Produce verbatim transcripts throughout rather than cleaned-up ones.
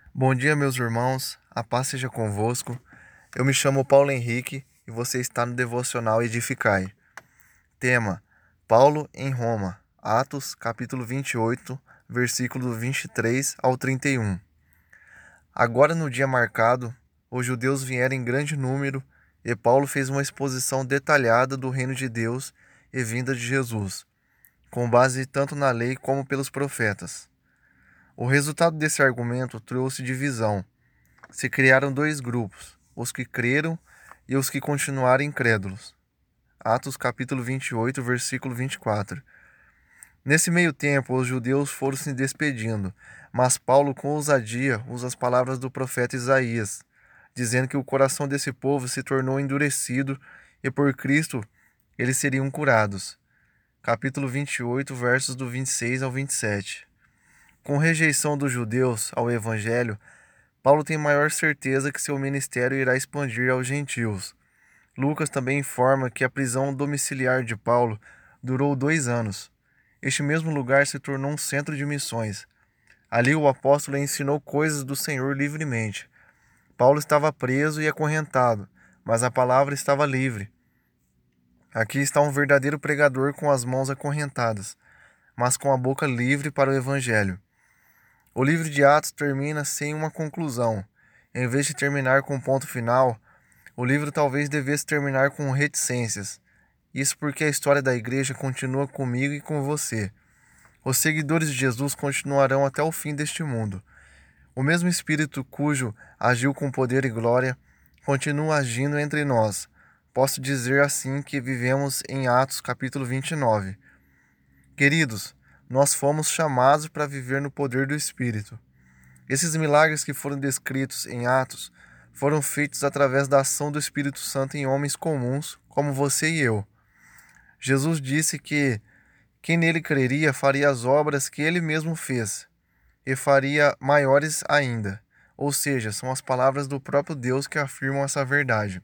Bom dia, meus irmãos, a paz seja convosco. Eu me chamo Paulo Henrique e você está no Devocional Edificai. Tema: Paulo em Roma, Atos, capítulo vinte e oito, versículo vinte e três ao trinta e um. Agora, no dia marcado, os judeus vieram em grande número e Paulo fez uma exposição detalhada do reino de Deus e vinda de Jesus, com base tanto na lei como pelos profetas. O resultado desse argumento trouxe divisão. Se criaram dois grupos, os que creram e os que continuaram incrédulos. Atos capítulo vinte e oito, versículo vinte e quatro. Nesse meio tempo, os judeus foram se despedindo, mas Paulo com ousadia usa as palavras do profeta Isaías, dizendo que o coração desse povo se tornou endurecido e por Cristo eles seriam curados. Capítulo vinte e oito, versos do vinte e seis ao vinte e sete. Com rejeição dos judeus ao evangelho, Paulo tem maior certeza que seu ministério irá expandir aos gentios. Lucas também informa que a prisão domiciliar de Paulo durou dois anos. Este mesmo lugar se tornou um centro de missões. Ali o apóstolo ensinou coisas do Senhor livremente. Paulo estava preso e acorrentado, mas a palavra estava livre. Aqui está um verdadeiro pregador com as mãos acorrentadas, mas com a boca livre para o evangelho. O livro de Atos termina sem uma conclusão. Em vez de terminar com um ponto final, o livro talvez devesse terminar com reticências. Isso porque a história da igreja continua comigo e com você. Os seguidores de Jesus continuarão até o fim deste mundo. O mesmo Espírito cujo agiu com poder e glória continua agindo entre nós. Posso dizer assim que vivemos em Atos capítulo vinte e nove. Queridos, nós fomos chamados para viver no poder do Espírito. Esses milagres que foram descritos em Atos foram feitos através da ação do Espírito Santo em homens comuns como você e eu. Jesus disse que quem nele creria faria as obras que ele mesmo fez e faria maiores ainda. Ou seja, são as palavras do próprio Deus que afirmam essa verdade.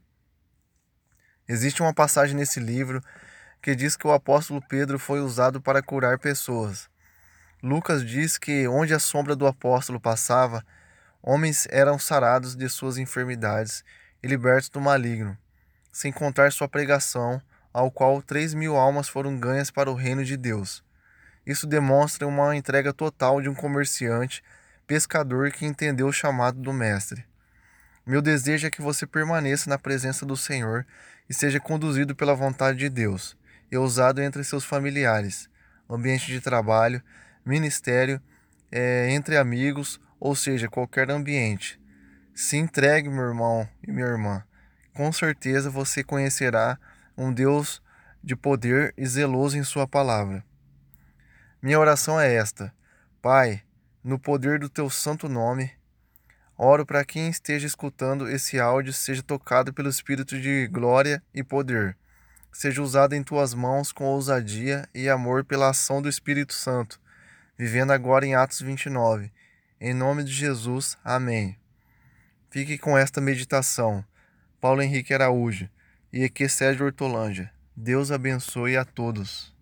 Existe uma passagem nesse livro que diz que o apóstolo Pedro foi usado para curar pessoas. Lucas diz que onde a sombra do apóstolo passava, homens eram sarados de suas enfermidades e libertos do maligno, sem contar sua pregação, ao qual três mil almas foram ganhas para o reino de Deus. Isso demonstra uma entrega total de um comerciante, pescador que entendeu o chamado do Mestre. Meu desejo é que você permaneça na presença do Senhor e seja conduzido pela vontade de Deus e usado entre seus familiares, ambiente de trabalho, ministério, é, entre amigos, ou seja, qualquer ambiente. Se entregue, meu irmão e minha irmã. Com certeza você conhecerá um Deus de poder e zeloso em sua palavra. Minha oração é esta: Pai, no poder do teu santo nome, oro para quem esteja escutando esse áudio seja tocado pelo Espírito de glória e poder. Seja usado em tuas mãos com ousadia e amor pela ação do Espírito Santo, vivendo agora em Atos vinte e nove. Em nome de Jesus, amém. Fique com esta meditação. Paulo Henrique Araújo e Eque Sérgio Hortolândia. Deus abençoe a todos.